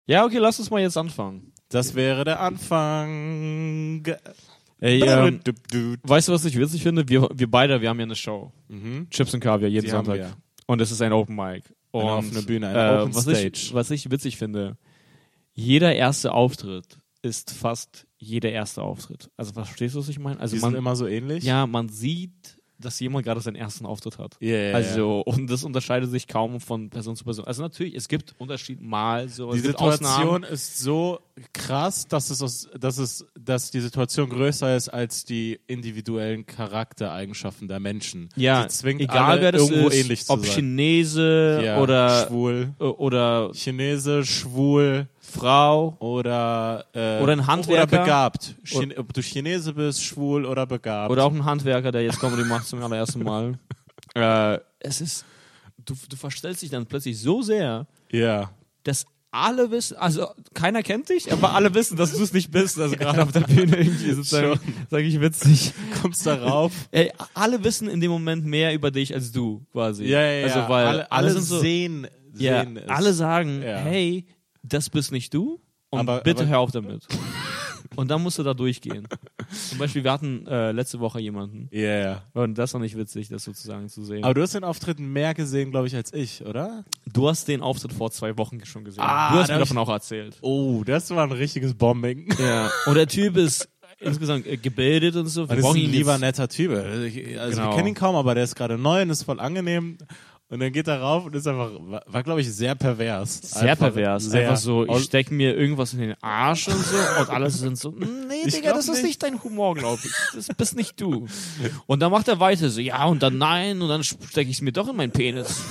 Ja, okay, lass uns mal jetzt anfangen. Das wäre der Anfang. Ey, weißt du, was ich witzig finde? Wir beide, wir haben ja eine Show. Chips und Kaviar jeden Sonntag. Wir. Und es ist ein Open Mic. Und Eine offene Bühne, eine Open Stage. Was ich witzig finde, jeder erste Auftritt ist fast jeder erste Auftritt. Also verstehst du, was ich meine? Also Die sind immer so ähnlich? Ja, man sieht, dass jemand gerade seinen ersten Auftritt hat. Yeah, also, und das unterscheidet sich kaum von Person zu Person. Also natürlich, es gibt Unterschied mal so. Die Situation ist so krass, dass die Situation größer ist als die individuellen Charaktereigenschaften der Menschen. Ja, sie zwingt egal alle wer das irgendwo ist, ähnlich zu ob sein. Chinese oder schwul oder Chinese, schwul, Frau oder ein Handwerker. Oder begabt. Ob du Chinese bist, schwul oder begabt. Oder auch ein Handwerker, der jetzt Comedy macht zum allerersten Mal. Es ist, du verstellst dich dann plötzlich so sehr, dass alle wissen, also keiner kennt dich, aber alle wissen, dass du es nicht bist. Also gerade auf der Bühne irgendwie sozusagen, sage ich witzig. Kommst darauf. Ey, alle wissen in dem Moment mehr über dich als du, quasi. Ja. Also, weil alle sind so, sehen es. alle sagen, hey, das bist nicht du und bitte hör auf damit. Und dann musst du da durchgehen. Zum Beispiel, wir hatten letzte Woche jemanden. Ja. Und das war nicht witzig, das sozusagen zu sehen. Aber du hast den Auftritt mehr gesehen, glaube ich, als ich, oder? Du hast den Auftritt vor 2 Wochen schon gesehen. Ah, du hast mir davon auch erzählt. Oh, das war ein richtiges Bombing. Ja. Und der Typ ist insgesamt gebildet und so. Das ist ein lieber, netter Typ. Also wir kennen ihn kaum, aber der ist gerade neu und ist voll angenehm. Und dann geht er rauf und ist einfach, war glaube ich, sehr pervers. Einfach so, ich steck mir irgendwas in den Arsch und so und alle sind so, nee, Digga, das ist nicht dein Humor, glaube ich. Das bist nicht du. Und dann macht er weiter so, ja, und dann nein, und dann stecke ich es mir doch in meinen Penis.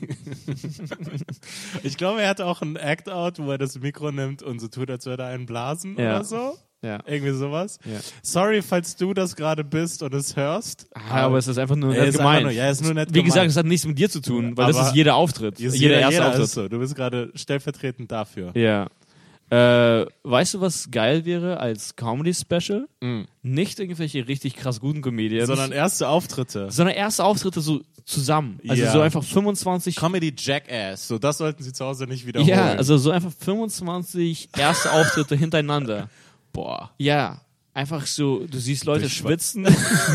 Ich glaube, er hatte auch ein Act-Out, wo er das Mikro nimmt und so tut, als würde er einen blasen oder so. Ja. Irgendwie sowas. Ja. Sorry, falls du das gerade bist und es hörst. Aber es ist einfach nur nett gemeint. Ist nur nett Wie gesagt, es hat nichts mit dir zu tun, weil das ist jeder Auftritt. Jeder erste Auftritt. Ist so. Du bist gerade stellvertretend dafür. Ja. Weißt du, was geil wäre als Comedy-Special? Nicht irgendwelche richtig krass guten Comedians. Sondern erste Auftritte so zusammen. Also so einfach 25... Comedy Jackass. So, das sollten sie zu Hause nicht wiederholen. Ja, also so einfach 25 erste Auftritte hintereinander. Boah. Ja, einfach so, du siehst Leute schwitzen.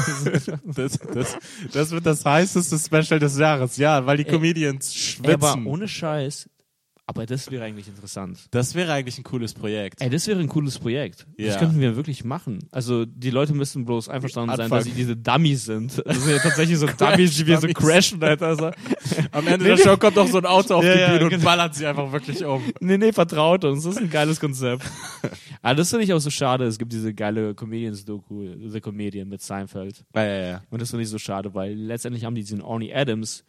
Das wird das heißeste Special des Jahres. Ja, weil die Comedians schwitzen. Aber ohne Scheiß. Aber das wäre eigentlich interessant. Das wäre eigentlich ein cooles Projekt. Das wäre ein cooles Projekt. Ja. Das könnten wir wirklich machen. Also die Leute müssten bloß einverstanden sein, dass sie diese Dummies sind. Also ja tatsächlich so Dummies, die wir so crashen. Also. Am Ende der Show kommt doch so ein Auto auf die Bühne und ballert sie einfach wirklich um. Nee, vertraut uns. Das ist ein geiles Konzept. Aber das finde ich auch so schade. Es gibt diese geile Comedians-Doku, The Comedian mit Seinfeld. Ja. Und das finde ich so schade, weil letztendlich haben die diesen Orny Adams,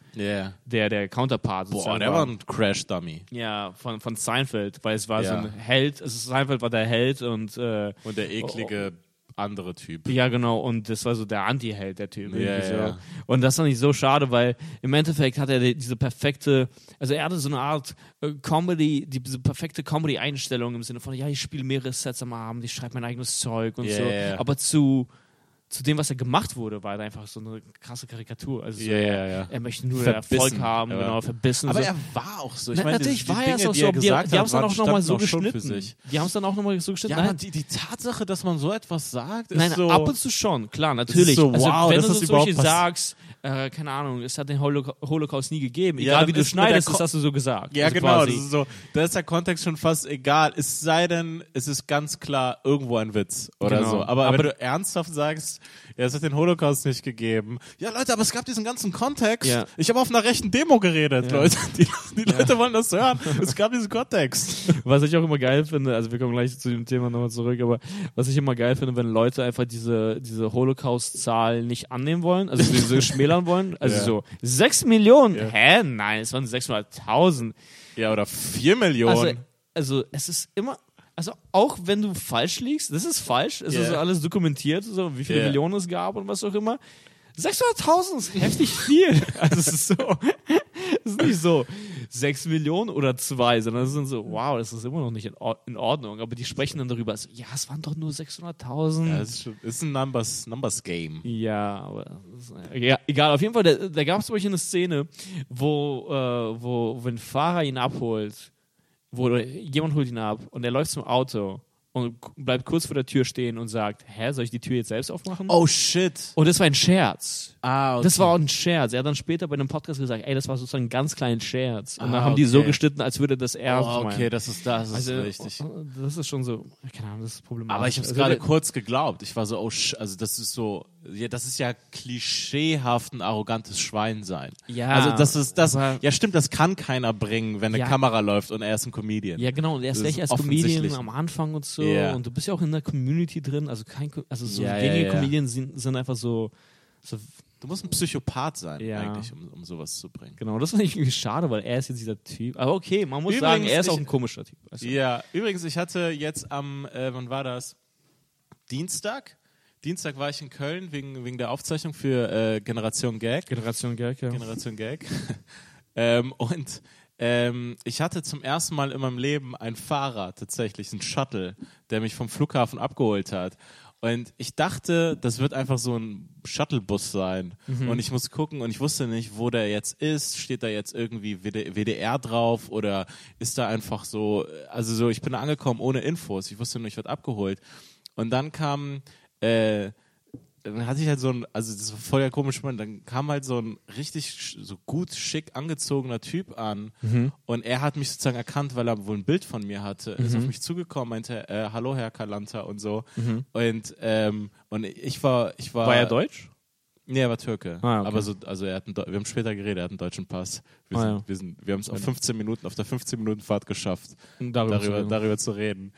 der Counterpart sozusagen. Boah, der war ein Crash-Dummy. Ja, von Seinfeld, weil es war so ein Held, Seinfeld war der Held und der eklige andere Typ. Ja, genau, und das war so der Anti-Held, der Typ. Ja. Und das fand ich so schade, weil im Endeffekt hat er diese perfekte, also er hatte so eine Art Comedy, diese perfekte Comedy-Einstellung im Sinne von, ja, ich spiele mehrere Sets am Abend, ich schreibe mein eigenes Zeug und so, aber zu dem, was er gemacht wurde, war er einfach so eine krasse Karikatur. Also er möchte nur Erfolg haben, verbissen. Aber so. Er war auch so. Ich meine, natürlich war er es auch so. Die haben es dann auch nochmal so geschnitten. Die haben es dann auch nochmal so geschnitten. Ja, die Tatsache, dass man so etwas sagt, ist so... Nein, ab und zu schon, klar, natürlich. So, wow, also, wenn das du so solche sagst, keine Ahnung, es hat den Holocaust nie gegeben. Egal wie du schneidest, das hast du so gesagt. Ja, also genau. Das ist so, da ist der Kontext schon fast egal. Es sei denn, es ist ganz klar irgendwo ein Witz oder so. Aber wenn du ernsthaft sagst, ja, es hat den Holocaust nicht gegeben. Ja, Leute, aber es gab diesen ganzen Kontext. Ja. Ich habe auf einer rechten Demo geredet, Leute. Die Leute wollen das hören. Es gab diesen Kontext. Was ich auch immer geil finde, also wir kommen gleich zu dem Thema nochmal zurück, aber was ich immer geil finde, wenn Leute einfach diese Holocaust-Zahl nicht annehmen wollen, also diese schmälern wollen, also so 6 Millionen, hä? Nein, es waren 600.000. Ja, oder 4 Millionen. Also es ist immer... Also auch wenn du falsch liegst, das ist falsch, es ist alles dokumentiert, so wie viele Millionen es gab und was auch immer. 600.000 ist heftig viel. Also es ist so, es ist nicht so 6 Millionen oder 2, sondern es sind so, wow, das ist immer noch nicht in Ordnung. Aber die sprechen dann darüber, so, ja, es waren doch nur 600.000. Ja, es ist ein Numbers Game. Ja, aber egal. Auf jeden Fall, da gab es zum Beispiel eine Szene, wo wenn ein Fahrer ihn abholt, wo jemand holt ihn ab und er läuft zum Auto und bleibt kurz vor der Tür stehen und sagt, soll ich die Tür jetzt selbst aufmachen? Oh, shit. Und das war ein Scherz. Ah, okay. Das war ein Scherz. Er hat dann später bei einem Podcast gesagt, das war sozusagen ein ganz kleiner Scherz. Und dann haben die so geschnitten, als würde das ernst meinen. Okay, das ist richtig. Das ist schon so, keine Ahnung, das ist problematisch. Aber ich habe es gerade kurz geglaubt. Ich war so, also das ist so, das ist ja klischeehaft ein arrogantes Schwein sein. Ja. Also ja stimmt, das kann keiner bringen, wenn eine Kamera läuft und er ist ein Comedian. Ja, genau, und er ist gleich als Comedian am Anfang und so. Yeah. Und du bist ja auch in der Community drin, also gängige Comedians sind einfach so. Du musst ein Psychopath sein, eigentlich, um sowas zu bringen. Genau, das finde ich irgendwie schade, weil er ist jetzt dieser Typ. Aber okay, man muss sagen, er ist auch ein komischer Typ. Weißt du? Ja, übrigens, ich hatte jetzt wann war das? Dienstag war ich in Köln wegen der Aufzeichnung für Generation Gag. Generation Gag, ja. Generation Gag. Ich hatte zum ersten Mal in meinem Leben ein Fahrer, tatsächlich, ein Shuttle, der mich vom Flughafen abgeholt hat. Und ich dachte, das wird einfach so ein Shuttlebus sein. Und ich muss gucken und ich wusste nicht, wo der jetzt ist. Steht da jetzt irgendwie WDR drauf oder ist da einfach so, also so, ich bin da angekommen ohne Infos. Ich wusste nur, ich werde abgeholt. Und dann dann hatte ich halt also das war voll ja komisch, dann kam halt so ein richtig so gut schick angezogener Typ an und er hat mich sozusagen erkannt, weil er wohl ein Bild von mir hatte, ist auf mich zugekommen, meinte, hallo Herr Kalanta und so und ich war... War er Deutsch? Nee, er war Türke, okay. Aber wir haben später geredet, er hat einen deutschen Pass. Wir haben es auf 15 Minuten, auf der 15-Minuten-Fahrt geschafft, darüber zu reden.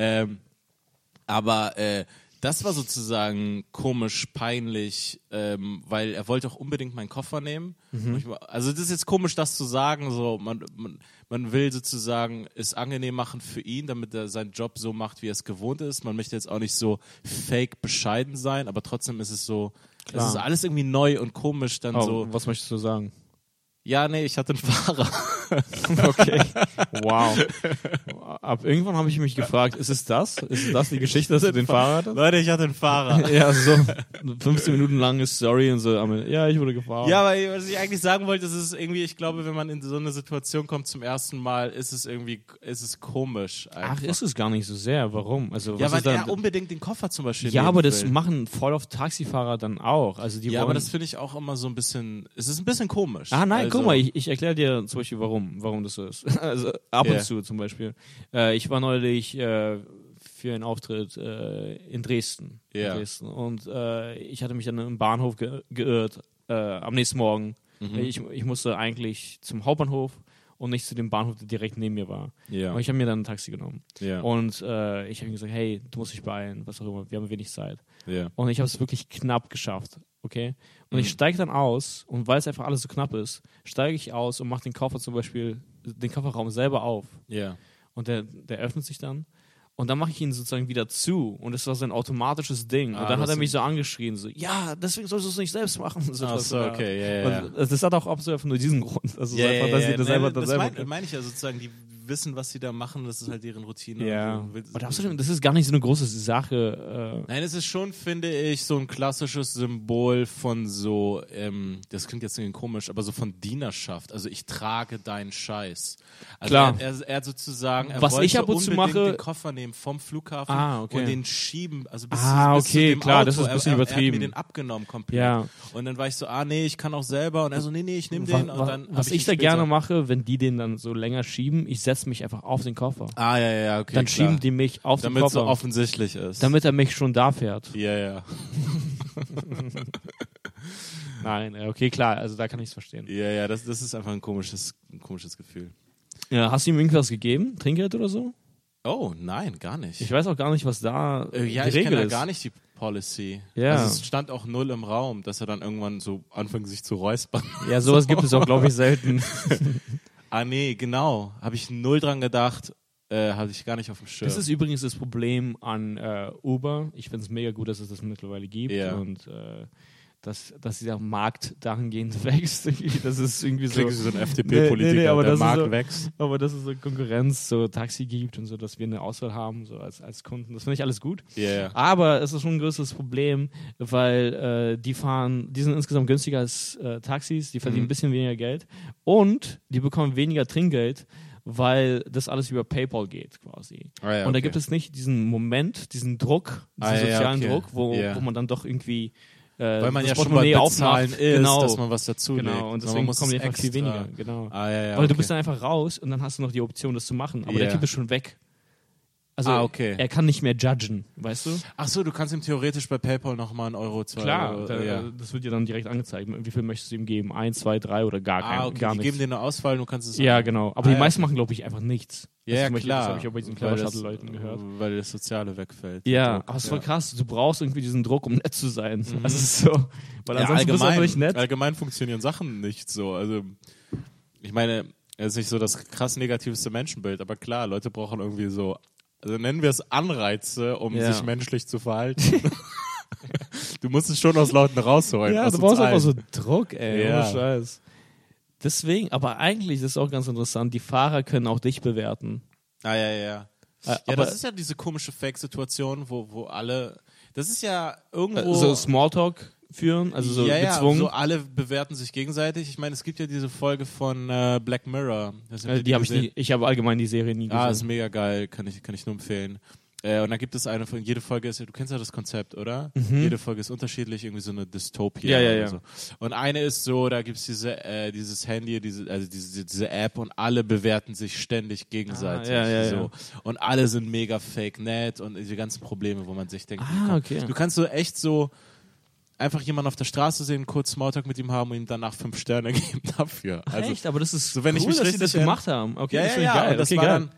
Das war sozusagen komisch, peinlich, weil er wollte auch unbedingt meinen Koffer nehmen. Also das ist jetzt komisch, das zu sagen, so man will sozusagen es angenehm machen für ihn, damit er seinen Job so macht, wie er es gewohnt ist. Man möchte jetzt auch nicht so fake bescheiden sein, aber trotzdem ist es so, es ist alles irgendwie neu und komisch dann so. Was möchtest du sagen? Ja, nee, ich hatte einen Fahrer. Okay. Wow. Ab irgendwann habe ich mich gefragt, ist es das? Ist das die Geschichte, dass du den Fahrer hattest? Leute, ich hatte einen Fahrer. Ja, so 15 Minuten lange Story und so. Ja, ich wurde gefahren. Ja, aber was ich eigentlich sagen wollte, ist es irgendwie, ich glaube, wenn man in so eine Situation kommt zum ersten Mal, ist es komisch. Einfach. Ach, ist es gar nicht so sehr. Warum? Also, ja, weil er unbedingt den Koffer zum Beispiel Ja, aber das machen voll oft Taxifahrer dann auch. Also die aber das finde ich auch immer so ein bisschen, es ist ein bisschen komisch. Ah, nein, guck mal, ich erkläre dir zum Beispiel, warum das so ist. Also ab und zu zum Beispiel. Ich war neulich für einen Auftritt in Dresden. Und ich hatte mich dann im Bahnhof geirrt am nächsten Morgen. Ich musste eigentlich zum Hauptbahnhof und nicht zu dem Bahnhof, der direkt neben mir war. Und ich habe mir dann ein Taxi genommen. Und ich habe ihm gesagt, hey, du musst dich beeilen, was auch immer, wir haben wenig Zeit. Und ich habe es wirklich knapp geschafft. Okay? Und ich steige dann aus und weil es einfach alles so knapp ist, steige ich aus und mache den Kofferraum selber auf. Und der öffnet sich dann. Und dann mache ich ihn sozusagen wieder zu. Und das war so ein automatisches Ding. Und dann hat er mich so angeschrien, so, ja, deswegen sollst du es nicht selbst machen. Okay, Und das hat auch absolut nur diesen Grund. Also das meine ich ja sozusagen, die wissen, was sie da machen, das ist halt deren Routine. Ja. Und absolut, das ist gar nicht so eine große Sache. Nein, es ist schon, finde ich, so ein klassisches Symbol von so, das klingt jetzt irgendwie komisch, aber so von Dienerschaft. Also ich trage deinen Scheiß. Also klar. Er hat sozusagen, was wollte ich ab und zu mache, den Koffer nehmen vom Flughafen und den schieben, also bis zu dem klar, Auto. Das ist ein bisschen übertrieben. Er hat mir den abgenommen komplett. Ja. Und dann war ich so, nee, ich kann auch selber. Und er so, nee, ich nehme den. Und dann was ich da gerne mache, wenn die den dann so länger schieben, ich setze mich einfach auf den Koffer. Ja, okay. Dann schieben die mich auf den Koffer. Damit es so offensichtlich ist. Damit er mich schon da fährt. Ja. Nein, okay, klar, also da kann ich es verstehen. Ja, das ist einfach ein komisches Gefühl. Ja, hast du ihm irgendwas gegeben? Trinkgeld oder so? Oh, nein, gar nicht. Ich weiß auch gar nicht, was da die ich Regel kenne ist. gar nicht die Policy. Ja. Also es stand auch 0 im Raum, dass er dann irgendwann so anfängt, sich zu räuspern. Ja, sowas gibt es auch, glaube ich, selten. Nee, genau. Habe ich 0 dran gedacht, hatte ich gar nicht auf dem Schirm. Das ist übrigens das Problem an Uber. Ich finde es mega gut, dass es das mittlerweile gibt und dass dieser Markt dahingehend wächst. Das ist irgendwie so. Klingt wie so ein FDP-Politiker, aber der Markt so, wächst. Aber dass es so Konkurrenz, so Taxi gibt und so, dass wir eine Auswahl haben, so als Kunden. Das finde ich alles gut. Yeah. Aber es ist schon ein größeres Problem, weil die sind insgesamt günstiger als Taxis, die verdienen ein bisschen weniger Geld und die bekommen weniger Trinkgeld, weil das alles über PayPal geht quasi. Ja, und da gibt es nicht diesen Moment, diesen Druck, diesen sozialen Druck, wo man dann doch irgendwie weil man das ja schon bei Bezahlen ist, genau. dass man was dazulegt. Genau, und deswegen kommen die einfach viel weniger. Genau. Weil du bist dann einfach raus und dann hast du noch die Option, das zu machen. Aber der Typ ist schon weg. Also er kann nicht mehr judgen, weißt du? Ach so, du kannst ihm theoretisch bei PayPal nochmal €1, €2. Klar, das wird dir dann direkt angezeigt. Wie viel möchtest du ihm geben? 1, 2, 3 oder gar gar nichts? Die geben dir eine Auswahl, du kannst es... Ja, genau. Aber die meisten machen, glaube ich, einfach nichts. Ja, klar. Das habe ich auch bei diesen Clever Shuttle-Leuten gehört. Weil das Soziale wegfällt. Ja, aber es war krass. Du brauchst irgendwie diesen Druck, um nett zu sein. Also es ist so. Weil ansonsten bist du einfach nicht nett. Allgemein funktionieren Sachen nicht so. Also, ich meine, es ist nicht so das krass negativste Menschenbild, aber klar, Leute brauchen irgendwie so, also nennen wir es Anreize, um sich menschlich zu verhalten. Du musst es schon aus Leuten rausholen. Ja, du brauchst einfach so Druck, ey. Ohne Scheiß. Deswegen, aber eigentlich ist es auch ganz interessant, die Fahrer können auch dich bewerten. Ja, das ist ja diese komische Fake-Situation, wo alle, das ist ja irgendwo... So Smalltalk führen, also so gezwungen. So alle bewerten sich gegenseitig. Ich meine, es gibt ja diese Folge von Black Mirror. Die habe ich nie, ich habe allgemein die Serie nie gesehen. Ist mega geil, kann ich nur empfehlen. Und dann gibt es jede Folge ist, du kennst ja das Konzept, oder? Jede Folge ist unterschiedlich, irgendwie so eine Dystopie. Ja. So. Und eine ist so, da gibt es dieses Handy, diese App und alle bewerten sich ständig gegenseitig. So. Und alle sind mega fake nett und diese ganzen Probleme, wo man sich denkt, du kannst so echt so einfach jemanden auf der Straße sehen, kurz Smalltalk mit ihm haben und ihm danach 5 Sterne geben dafür. Also, echt? Aber das ist so, wenn cool, ich mich dass sie das gemacht haben. Okay, das finde ich geil. Und das war geil.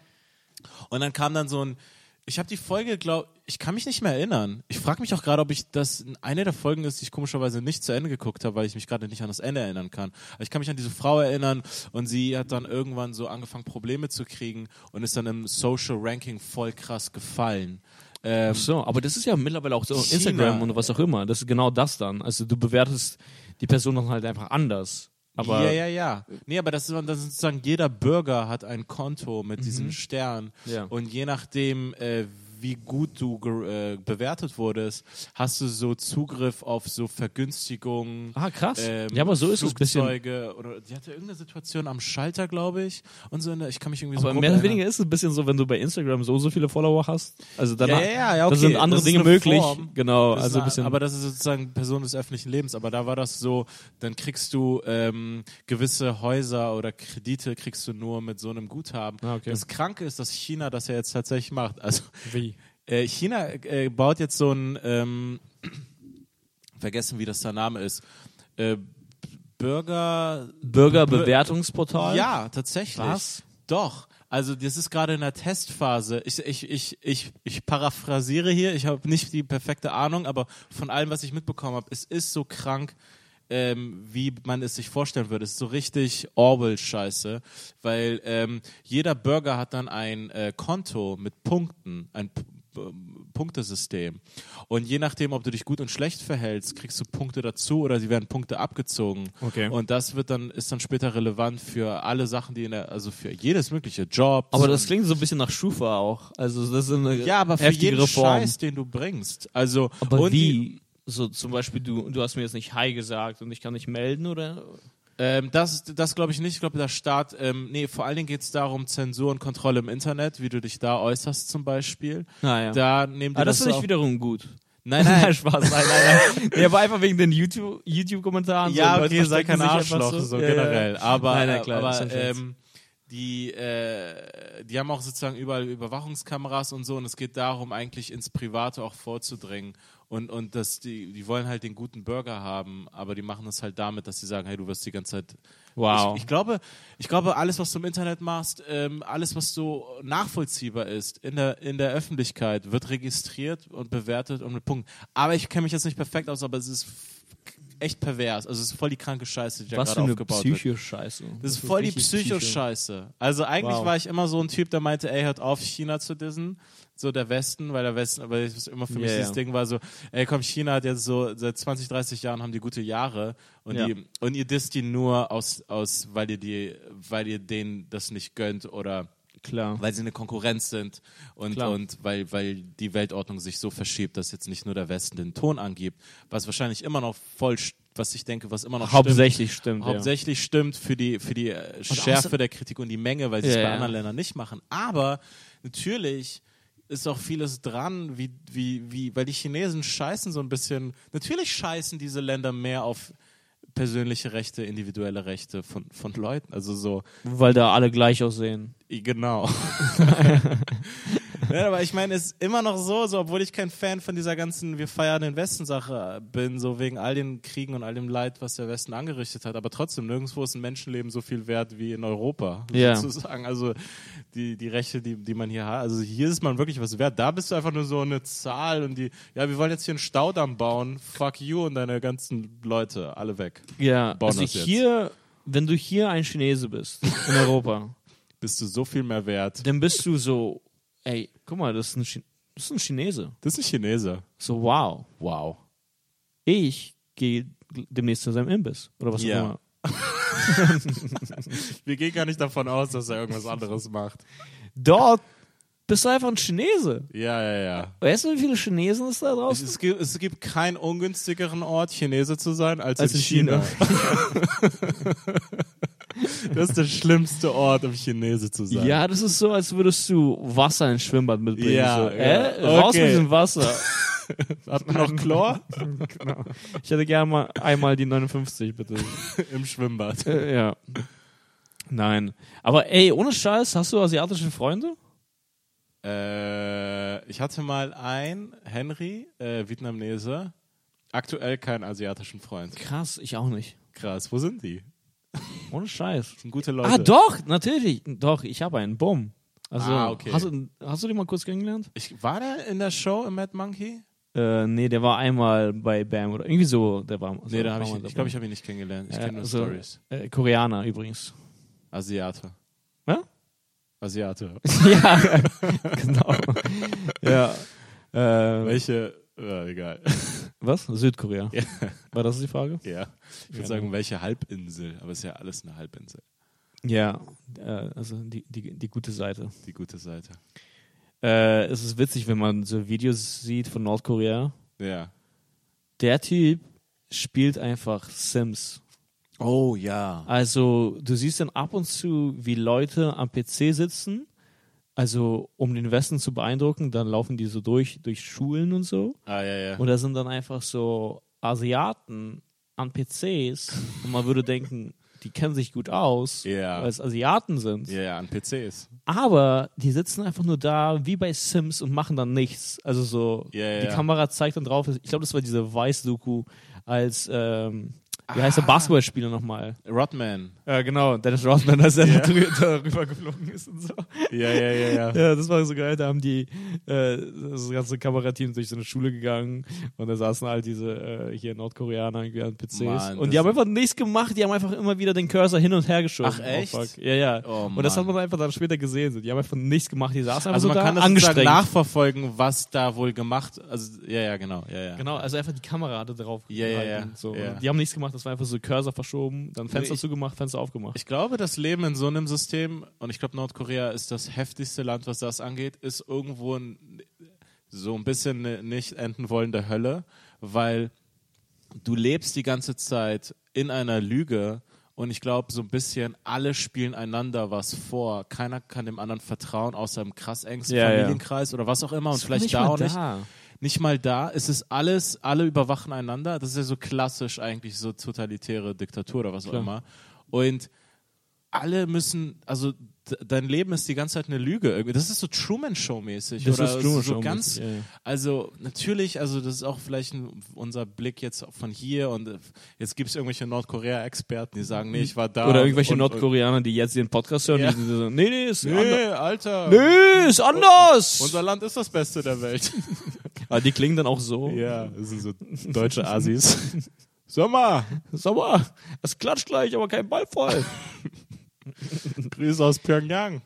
Und dann kam dann so ein, ich habe die Folge, ich kann mich nicht mehr erinnern. Ich frage mich auch gerade, ob ich das eine der Folgen ist, die ich komischerweise nicht zu Ende geguckt habe, weil ich mich gerade nicht an das Ende erinnern kann. Aber ich kann mich an diese Frau erinnern und sie hat dann irgendwann so angefangen, Probleme zu kriegen und ist dann im Social Ranking voll krass gefallen. Ach so, aber das ist ja mittlerweile auch so Instagram und was auch immer. Das ist genau das dann. Also du bewertest die Person dann halt einfach anders. Aber ja. Nee, aber das ist sozusagen, jeder Bürger hat ein Konto mit diesem Stern. Ja. Und je nachdem, wie gut du bewertet wurdest, hast du so Zugriff auf so Vergünstigungen. Krass. Ja, aber so ist es ein bisschen. Oder die hatte irgendeine Situation am Schalter, glaube ich. Und so ich kann mich irgendwie aber so mehr oder weniger ist es ein bisschen so, wenn du bei Instagram so viele Follower hast. Also dann okay. da sind andere Dinge möglich. Form. Genau. Also ein bisschen. Aber das ist sozusagen Person des öffentlichen Lebens. Aber da war das so, dann kriegst du gewisse Häuser oder Kredite kriegst du nur mit so einem Guthaben. Okay. Das Kranke ist, dass China das ja jetzt tatsächlich macht. Also wie? China baut jetzt so ein, vergessen wie das der Name ist, Bürgerbewertungsportal? Ja, tatsächlich. Was? Doch. Also das ist gerade in der Testphase. Ich paraphrasiere hier, ich habe nicht die perfekte Ahnung, aber von allem, was ich mitbekommen habe, es ist so krank, wie man es sich vorstellen würde. Es ist so richtig Orwell-Scheiße, weil jeder Bürger hat dann ein Konto mit Punkten, ein Punktesystem. Und je nachdem, ob du dich gut und schlecht verhältst, kriegst du Punkte dazu oder sie werden Punkte abgezogen. Okay. Und das ist dann später relevant für alle Sachen, die also für jedes mögliche Job. Aber das klingt so ein bisschen nach Schufa auch. Also das ist eine ja, aber für jeden Reform. Scheiß, den du bringst. Also aber und wie? So zum Beispiel, du hast mir jetzt nicht Hi gesagt und ich kann nicht melden, oder? Das glaube ich nicht. Ich glaube, der Staat, vor allen Dingen geht es darum, Zensur und Kontrolle im Internet, wie du dich da äußerst zum Beispiel. Ja. Da nehmen die das finde ich wiederum gut. Nein. Spaß, nein. Nee, aber einfach wegen den YouTube-Kommentaren. Ja, so, okay, sei kein Arschloch, so generell. Aber, nein, klar, aber die haben auch sozusagen überall Überwachungskameras und so und es geht darum, eigentlich ins Private auch vorzudringen. Und die wollen halt den guten Burger haben, aber die machen das halt damit, dass sie sagen, hey, du wirst die ganze Zeit... Wow. Ich glaube, alles, was du im Internet machst, alles, was so nachvollziehbar ist in der Öffentlichkeit, wird registriert und bewertet und mit Punkten. Aber ich kenne mich jetzt nicht perfekt aus, aber es ist echt pervers. Also es ist voll die kranke Scheiße, die da gerade aufgebaut wird. Psychoscheiße. Das ist voll die Psychoscheiße. Also eigentlich war ich immer so ein Typ, der meinte, ey, hört auf, China zu dissen. So der Westen, weil immer für mich dieses Ding war so, ey komm, China hat jetzt so, seit 20, 30 Jahren haben die gute Jahre und ihr disst die nur weil ihr denen das nicht gönnt oder klar, weil sie eine Konkurrenz sind und weil die Weltordnung sich so verschiebt, dass jetzt nicht nur der Westen den Ton angibt, was wahrscheinlich immer noch voll was ich denke, was immer noch hauptsächlich stimmt für die Schärfe der Kritik und die Menge, weil sie es bei anderen Ländern nicht machen. Aber natürlich ist auch vieles dran, weil die Chinesen scheißen so ein bisschen, natürlich scheißen diese Länder mehr auf persönliche Rechte, individuelle Rechte von Leuten, also so. Weil da alle gleich aussehen. Genau. Ja, aber ich meine, es ist immer noch so, obwohl ich kein Fan von dieser ganzen wir feiern den Westen-Sache bin, so wegen all den Kriegen und all dem Leid, was der Westen angerichtet hat, aber trotzdem, nirgendwo ist ein Menschenleben so viel wert wie in Europa, sozusagen. Also die Rechte, die man hier hat, also hier ist man wirklich was wert. Da bist du einfach nur so eine Zahl und wir wollen jetzt hier einen Staudamm bauen, fuck you und deine ganzen Leute, alle weg. Ja, also hier, wenn du hier ein Chinese bist, in Europa, bist du so viel mehr wert. Dann bist du so, ey, guck mal, das ist ein Chinese. Das ist ein Chinese. So, wow. Wow. Ich gehe demnächst zu seinem Imbiss. Oder was auch immer. Wir gehen gar nicht davon aus, dass er irgendwas anderes macht. Dort bist du einfach ein Chinese. Ja. Weißt du, wie viele Chinesen es da draußen gibt? Es gibt keinen ungünstigeren Ort, Chinese zu sein, als in China. Das ist der schlimmste Ort, um Chinese zu sein. Ja, das ist so, als würdest du Wasser ins Schwimmbad mitbringen. Ja, so, raus mit dem Wasser. Hat man noch Chlor? Genau. Ich hätte gerne mal einmal die 59, bitte. Im Schwimmbad. Ja. Nein. Aber ey, ohne Scheiß, hast du asiatische Freunde? Ich hatte mal einen, Henry, Vietnamese. Aktuell keinen asiatischen Freund. Krass, ich auch nicht. Krass, wo sind die? Ohne Scheiß. Das sind gute Leute. Ah, doch, natürlich. Doch, ich habe einen. Bumm. Also, okay. Hast du den mal kurz kennengelernt? War der in der Show im Mad Monkey? Nee, der war einmal bei BAM oder irgendwie so. Der war. Nee, ich glaube, ich habe ihn nicht kennengelernt. Ich kenne nur Stories. Koreaner übrigens. Asiate. Ja? Asiate. Ja, genau. Ja. Welche? Egal. Was? Südkorea. Ja. War das die Frage? Ja. Ich würde sagen, welche Halbinsel? Aber es ist ja alles eine Halbinsel. Ja, also die gute Seite. Die gute Seite. Es ist witzig, wenn man so Videos sieht von Nordkorea. Ja. Der Typ spielt einfach Sims. Oh ja. Also du siehst dann ab und zu, wie Leute am PC sitzen, also um den Westen zu beeindrucken, dann laufen die so durch Schulen und so. Ah, ja. Und da sind dann einfach so Asiaten an PCs und man würde denken, die kennen sich gut aus, weil es Asiaten sind. Ja, an PCs. Aber die sitzen einfach nur da, wie bei Sims und machen dann nichts. Also so, die Kamera zeigt dann drauf, ich glaube, das war diese Vice-Doku als, wie heißt der Basketballspieler nochmal? Rodman. Ja, genau, Dennis Rodman, als er darüber geflogen ist und so. Ja. Ja, das war so geil, da haben die das ganze Kamerateam durch so eine Schule gegangen und da saßen halt diese hier Nordkoreaner irgendwie an PCs. Mann, und die haben einfach nichts gemacht, die haben einfach immer wieder den Cursor hin und her geschoben. Ach echt? Oh, ja. Oh, und das hat man einfach dann später gesehen. So. Die haben einfach nichts gemacht, die saßen einfach so man da kann das angestrengt nachverfolgen, was da wohl gemacht, also genau. Genau, also einfach die Kamera hatte drauf gehalten. So. Ja. Die haben nichts gemacht, das war einfach so Cursor verschoben, dann Fenster zugemacht, Fenster aufgemacht. Ich glaube, das Leben in so einem System, und ich glaube, Nordkorea ist das heftigste Land, was das angeht, ist irgendwo so ein bisschen eine nicht enden wollende Hölle, weil du lebst die ganze Zeit in einer Lüge und ich glaube, so ein bisschen alle spielen einander was vor. Keiner kann dem anderen vertrauen, außer im krass engsten Familienkreis oder was auch immer und vielleicht da auch nicht. Nicht mal da, es ist alles, alle überwachen einander. Das ist ja so klassisch eigentlich, so totalitäre Diktatur oder was auch immer. Und alle müssen, also dein Leben ist die ganze Zeit eine Lüge. Irgendwie. Das ist so Truman-Show-mäßig. Das oder ist Truman so Show ganz, mäßig, ja. Also natürlich, also das ist auch vielleicht unser Blick jetzt von hier und jetzt gibt es irgendwelche Nordkorea-Experten, die sagen, nee, ich war da. Oder irgendwelche Nordkoreaner, die jetzt den Podcast hören, die so, nee, ist anders. Alter. Nee, ist anders. Unser Land ist das Beste der Welt. Aber die klingen dann auch so. Ja, das sind so deutsche Assis. Sommer, es klatscht gleich, aber kein Ball voll. Grüße aus Pyongyang.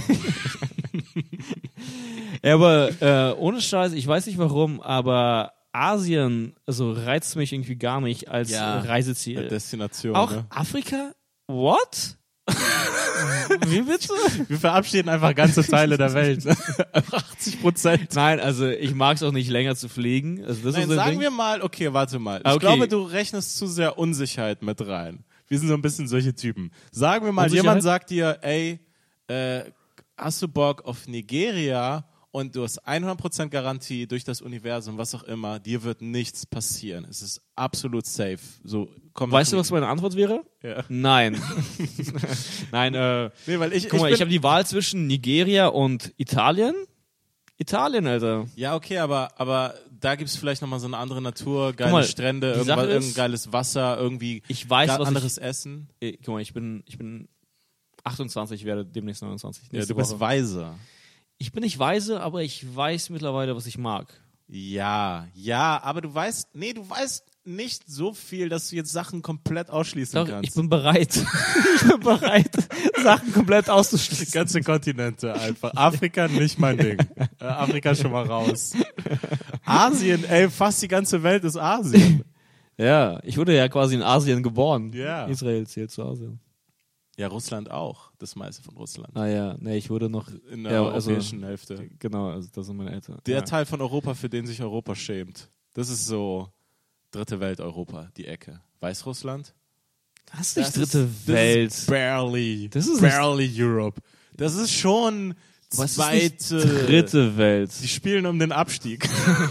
Ja, aber ohne Scheiß, ich weiß nicht warum, aber Asien reizt mich irgendwie gar nicht als Reiseziel. Destination. Auch ne? Afrika? What? Wie bitte? Wir verabschieden einfach ganze Teile der Welt. 80%. Nein, also ich mag es auch nicht länger zu fliegen. Also das Nein, ist so ein sagen Ding. wir mal, okay, warte mal. Ich Okay. glaube, du rechnest zu sehr Unsicherheit mit rein. Wir sind so ein bisschen solche Typen. Sagen wir mal, Unsicherheit? jemand sagt dir, ey, hast du Bock auf Nigeria und du hast 100% Garantie durch das Universum, was auch immer, dir wird nichts passieren. Es ist absolut safe. So, komm, Weißt du, was meine Antwort wäre? Ja. Nein. Nein, Nee, weil guck mal, ich habe die Wahl zwischen Nigeria und Italien. Italien, Alter. Ja, okay, aber da gibt's vielleicht nochmal so eine andere Natur, geile mal, Strände, die Sache irgendein ist, geiles Wasser, irgendwie Ich weiß, was anderes Essen. Guck mal, ich bin 28, ich werde demnächst 29. Ja, nächste du bist Woche. weise. Ich bin nicht weise, aber ich weiß mittlerweile, was ich mag. Ja, aber du weißt nicht so viel, dass du jetzt Sachen komplett ausschließen Doch, kannst. ich bin bereit. Ich bin bereit, Sachen komplett auszuschließen. Ganze Kontinente einfach. Afrika nicht mein Ding. Afrika schon mal raus. Asien, ey, fast die ganze Welt ist Asien. Ja, ich wurde ja quasi in Asien geboren. Ja. Israel zählt zu Asien. Ja, Russland auch. Das meiste von Russland. Ah ja, nee, ich wurde noch In der ja, europäischen Hälfte. Genau, also das sind meine Eltern. Der ja. Teil von Europa, für den sich Europa schämt. Das ist so dritte Welt Europa, die Ecke. Weißrussland? Das ist nicht dritte Welt. Das ist barely. Das ist barely Europe. Das ist schon Was ist zweite. nicht dritte Welt. Die spielen um den Abstieg.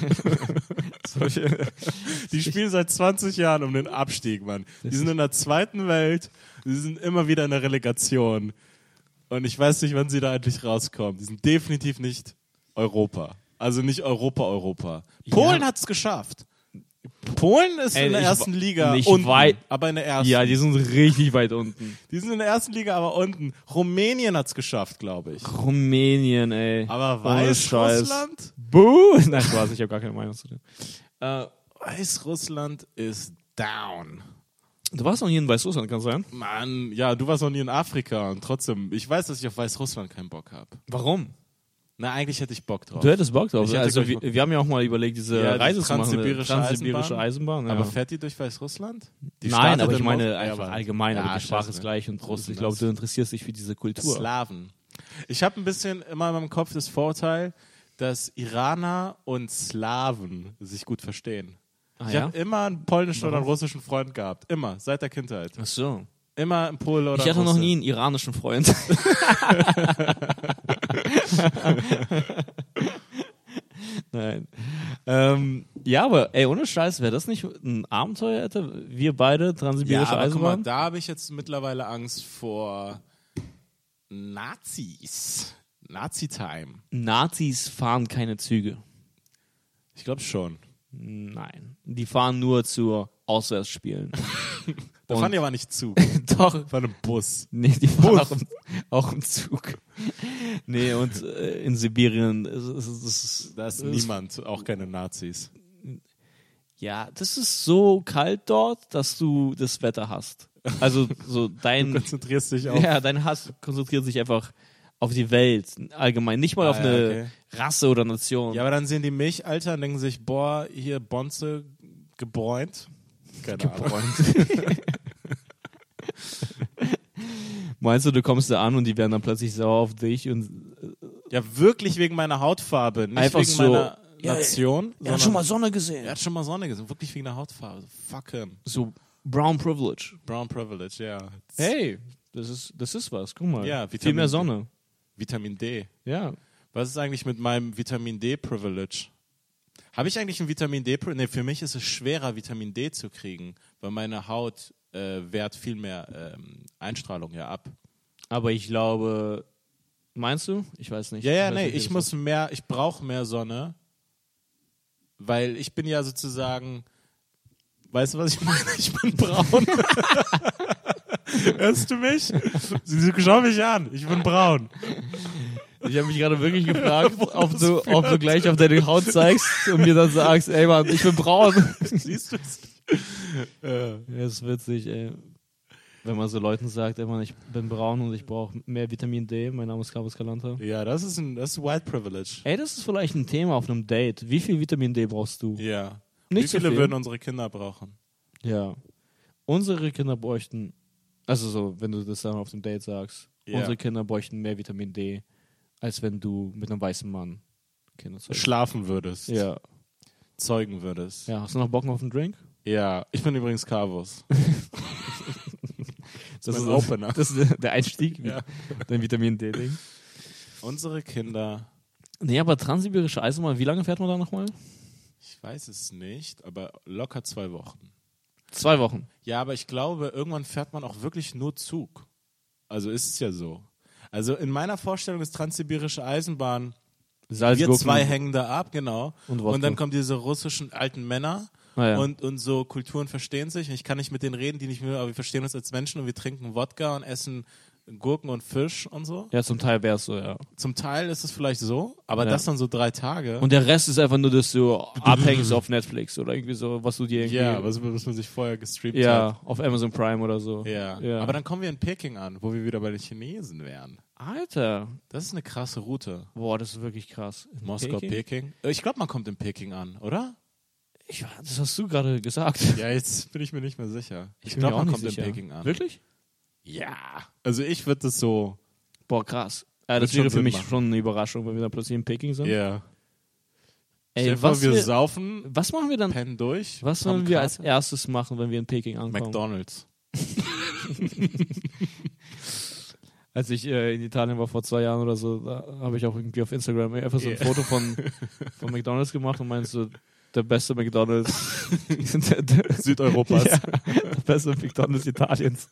Die spielen seit 20 Jahren um den Abstieg, Mann. Die sind in der zweiten Welt. Die sind immer wieder in der Relegation. Und ich weiß nicht, wann sie da endlich rauskommen. Die sind definitiv nicht Europa. Also nicht Europa. Polen hat's geschafft. Polen ist in der ersten Liga nicht unten, weit- aber in der ersten. Ja, die sind richtig weit unten. Die sind in der ersten Liga, aber unten. Rumänien hat's geschafft, glaube ich. Rumänien, ey. Aber Ohne Scheiß. Weißrussland? Buh! Nein, Spaß, ich habe gar keine Meinung zu dem. Weißrussland ist down. Du warst noch nie in Weißrussland, kann sein? Mann, ja, du warst noch nie in Afrika und trotzdem, ich weiß, dass ich auf Weißrussland keinen Bock habe. Warum? Na, eigentlich hätte ich Bock drauf. Du hättest Bock drauf. Ich hätte, Also glaub ich, wir haben ja auch mal überlegt, diese Ja, die Reise zu machen. transsibirische Eisenbahn. Ja. Aber fährt die durch Weißrussland? Die Nein, startet aber ich in meine Moskau? einfach Ja, allgemein, aber ja, die Sprache scheiße, ist gleich und Russen ich glaube, ist- du interessierst dich für diese Kultur. Slawen. Ich habe ein bisschen immer in meinem Kopf das Vorurteil, dass Iraner und Slawen sich gut verstehen. Ah, Ich ja? habe immer einen polnischen oder einen russischen Freund gehabt. Immer, seit der Kindheit. Ach so. Immer ein Pole oder Ich hatte ein noch Russe. nie einen iranischen Freund. Nein. Ja, aber ey, ohne Scheiß, wäre das nicht ein Abenteuer, Alter? Wir beide, Ja, transsibirische aber guck mal, Eisenbahn? da habe ich jetzt mittlerweile Angst vor Nazis. Nazi-Time. Nazis fahren keine Züge. Ich glaube schon. Nein. Die fahren nur zu Auswärtsspielen. Da fahren die aber nicht zu. Doch. Fahren im Bus. Nee, die fahren auch im Zug. Nee, und in Sibirien Da ist niemand, auch keine Nazis. ja, das ist so kalt dort, dass du das Wetter hast. Also so dein Konzentrierst dich auf. ja, dein Hass konzentriert sich einfach auf die Welt allgemein, nicht mal auf ja, eine okay. Rasse oder Nation. Ja, aber dann sehen die mich, Alter, und denken sich, boah, hier Bonze gebräunt. Keine Ahnung. Meinst du, du kommst da an und die werden dann plötzlich sauer auf dich und Ja, wirklich wegen meiner Hautfarbe, nicht Einfach wegen so, meiner Nation. er hat schon mal Sonne gesehen. Er hat schon mal Sonne gesehen, wirklich wegen der Hautfarbe. Fuck him. So Brown Privilege. Brown Privilege, ja. Hey, das ist was. Guck mal. Ja, viel Vitamin mehr D. Sonne. Vitamin D. Ja. Was ist eigentlich mit meinem Vitamin D-Privilege? Habe ich eigentlich ein Vitamin D-Privilege? Nee, für mich ist es schwerer, Vitamin D zu kriegen, weil meine Haut wehrt viel mehr Einstrahlung ja ab. Aber ich glaube, meinst du? Ich weiß nicht. Ja, weiß nee, nicht, wie ich das ich brauche mehr Sonne, weil ich bin ja sozusagen, weißt du, was ich meine? Ich bin braun. Hörst du mich? Schau mich an, ich bin braun. Ich habe mich gerade wirklich gefragt, ob du gleich auf deine Haut zeigst und mir dann sagst, ey Mann, ich bin braun. Siehst du es? Ja, ist witzig, ey. Wenn man so Leuten sagt, ey Mann, ich bin braun und ich brauche mehr Vitamin D, mein Name ist Carlos Calanta. Ja, das ist White Privilege. Ey, das ist vielleicht ein Thema auf einem Date. Wie viel Vitamin D brauchst du? Ja. Nicht Wie so viele viel. würden unsere Kinder brauchen? Ja. Unsere Kinder bräuchten Also so, wenn du das dann auf dem Date sagst. Ja. Unsere Kinder bräuchten mehr Vitamin D, als wenn du mit einem weißen Mann Kinder zeugst. Schlafen würdest. Ja. Zeugen würdest. Ja, hast du noch Bock auf einen Drink? Ja, ich bin übrigens Carvus. Das mein Opener. Das ist der Einstieg, Ja. dein Vitamin D-Ding. Unsere Kinder, Nee, aber transsibirische Eisenbahn, wie lange fährt man da nochmal? ich weiß es nicht, aber locker 2 Wochen. 2 Wochen. Ja, aber ich glaube, irgendwann fährt man auch wirklich nur Zug. Also ist es ja so. Also in meiner Vorstellung ist transsibirische Eisenbahn, wir Salzgurken 2 hängen da ab, genau. Und Und, Wodka. dann kommen diese russischen alten Männer Ja. und so Kulturen verstehen sich. Und ich kann nicht mit denen reden, die nicht mehr, aber wir verstehen uns als Menschen und wir trinken Wodka und essen Gurken und Fisch und so. Ja, zum Teil wäre es so, ja. Zum Teil ist es vielleicht so, aber Ja. das dann so 3 Tage. Und der Rest ist einfach nur, dass du abhängst auf Netflix oder irgendwie so, was du dir irgendwie... ja, was man sich vorher gestreamt hat. Ja, auf Amazon Prime oder so. Ja. Ja. Aber dann kommen wir in Peking an, wo wir wieder bei den Chinesen wären. Alter. Das ist eine krasse Route. Boah, das ist wirklich krass. In Moskau, Peking. Ich glaube, man kommt in Peking an, oder? Das hast du gerade gesagt. Ja, jetzt bin ich mir nicht mehr sicher. Ich bin mir glaube, auch man nicht kommt sicher. in Peking an. Wirklich? Ja. Also ich würde das so. Boah, krass. Wird Das schon wäre für Sinn mich machen. schon eine Überraschung, wenn wir dann plötzlich in Peking sind. Ja. Ey, Stell dir vor, was, wir saufen, was machen wir dann? pennen durch. Was haben wollen wir als Karte. erstes machen, wenn wir in Peking ankommen? McDonald's. Als ich in Italien war vor 2 Jahren oder so, da habe ich auch irgendwie auf Instagram einfach so ein Yeah. Foto von McDonald's gemacht und meinst so, der beste McDonald's Südeuropas. Ja, der beste McDonald's Italiens.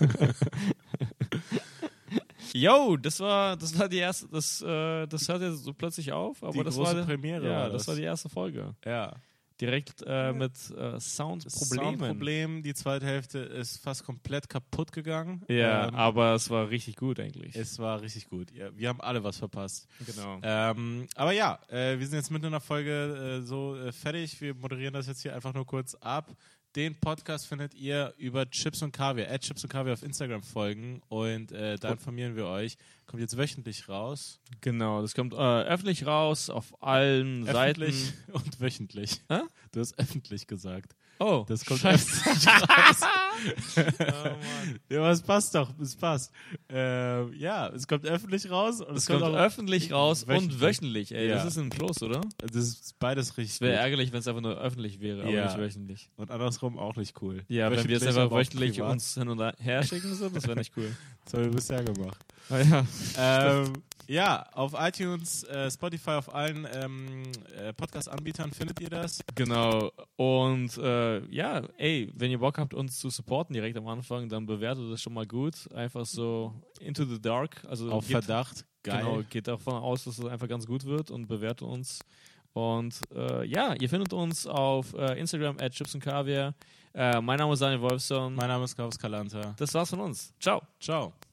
Yo, das war die erste, das hört jetzt so plötzlich auf, aber Die das große war Premiere Ja, war das das. war die erste Folge. Ja. Direkt mit Soundproblemen. Soundproblem. Die zweite Hälfte ist fast komplett kaputt gegangen. Ja, aber es war richtig gut eigentlich. Es war richtig gut. Ja, wir haben alle was verpasst. Genau. Aber ja, wir sind jetzt mitten in der Folge fertig. Wir moderieren das jetzt hier einfach nur kurz ab. Den Podcast findet ihr über Chips und Kaviar. @Chips und Kaviar auf Instagram folgen und da informieren wir euch. Kommt jetzt wöchentlich raus. Genau, das kommt öffentlich raus auf allen Öffentlich Seiten. und wöchentlich. Hä? Du hast öffentlich gesagt. Oh, Das kommt Scheiße. öffentlich raus. Oh, Mann. Ja, aber es passt doch. Es passt. Ja, es kommt öffentlich raus. Und Es kommt auch öffentlich raus wöchentlich. und wöchentlich. Ey, Ja. das ist ein Plus, oder? Das ist beides richtig Es wäre gut. ärgerlich, wenn es einfach nur öffentlich wäre, aber Ja. nicht wöchentlich. Und andersrum auch nicht cool. Ja, wenn wir jetzt Wöchentlich, einfach aber auch wöchentlich privat. uns hin und her schicken, so, das wäre nicht cool. Das haben wir bisher gemacht. Ah, ja. Ja, auf iTunes, Spotify, auf allen Podcast-Anbietern findet ihr das. Genau. Und ja, ey, wenn ihr Bock habt, uns zu supporten direkt am Anfang, dann bewertet das schon mal gut. Einfach so into the dark. Also Auf Verdacht. Geil. Genau, geht davon aus, dass es einfach ganz gut wird und bewertet uns. Und ja, ihr findet uns auf Instagram @chipsandkaviar. Mein Name ist Daniel Wolfson. Mein Name ist Klaus Kalanta. Das war's von uns. Ciao. Ciao.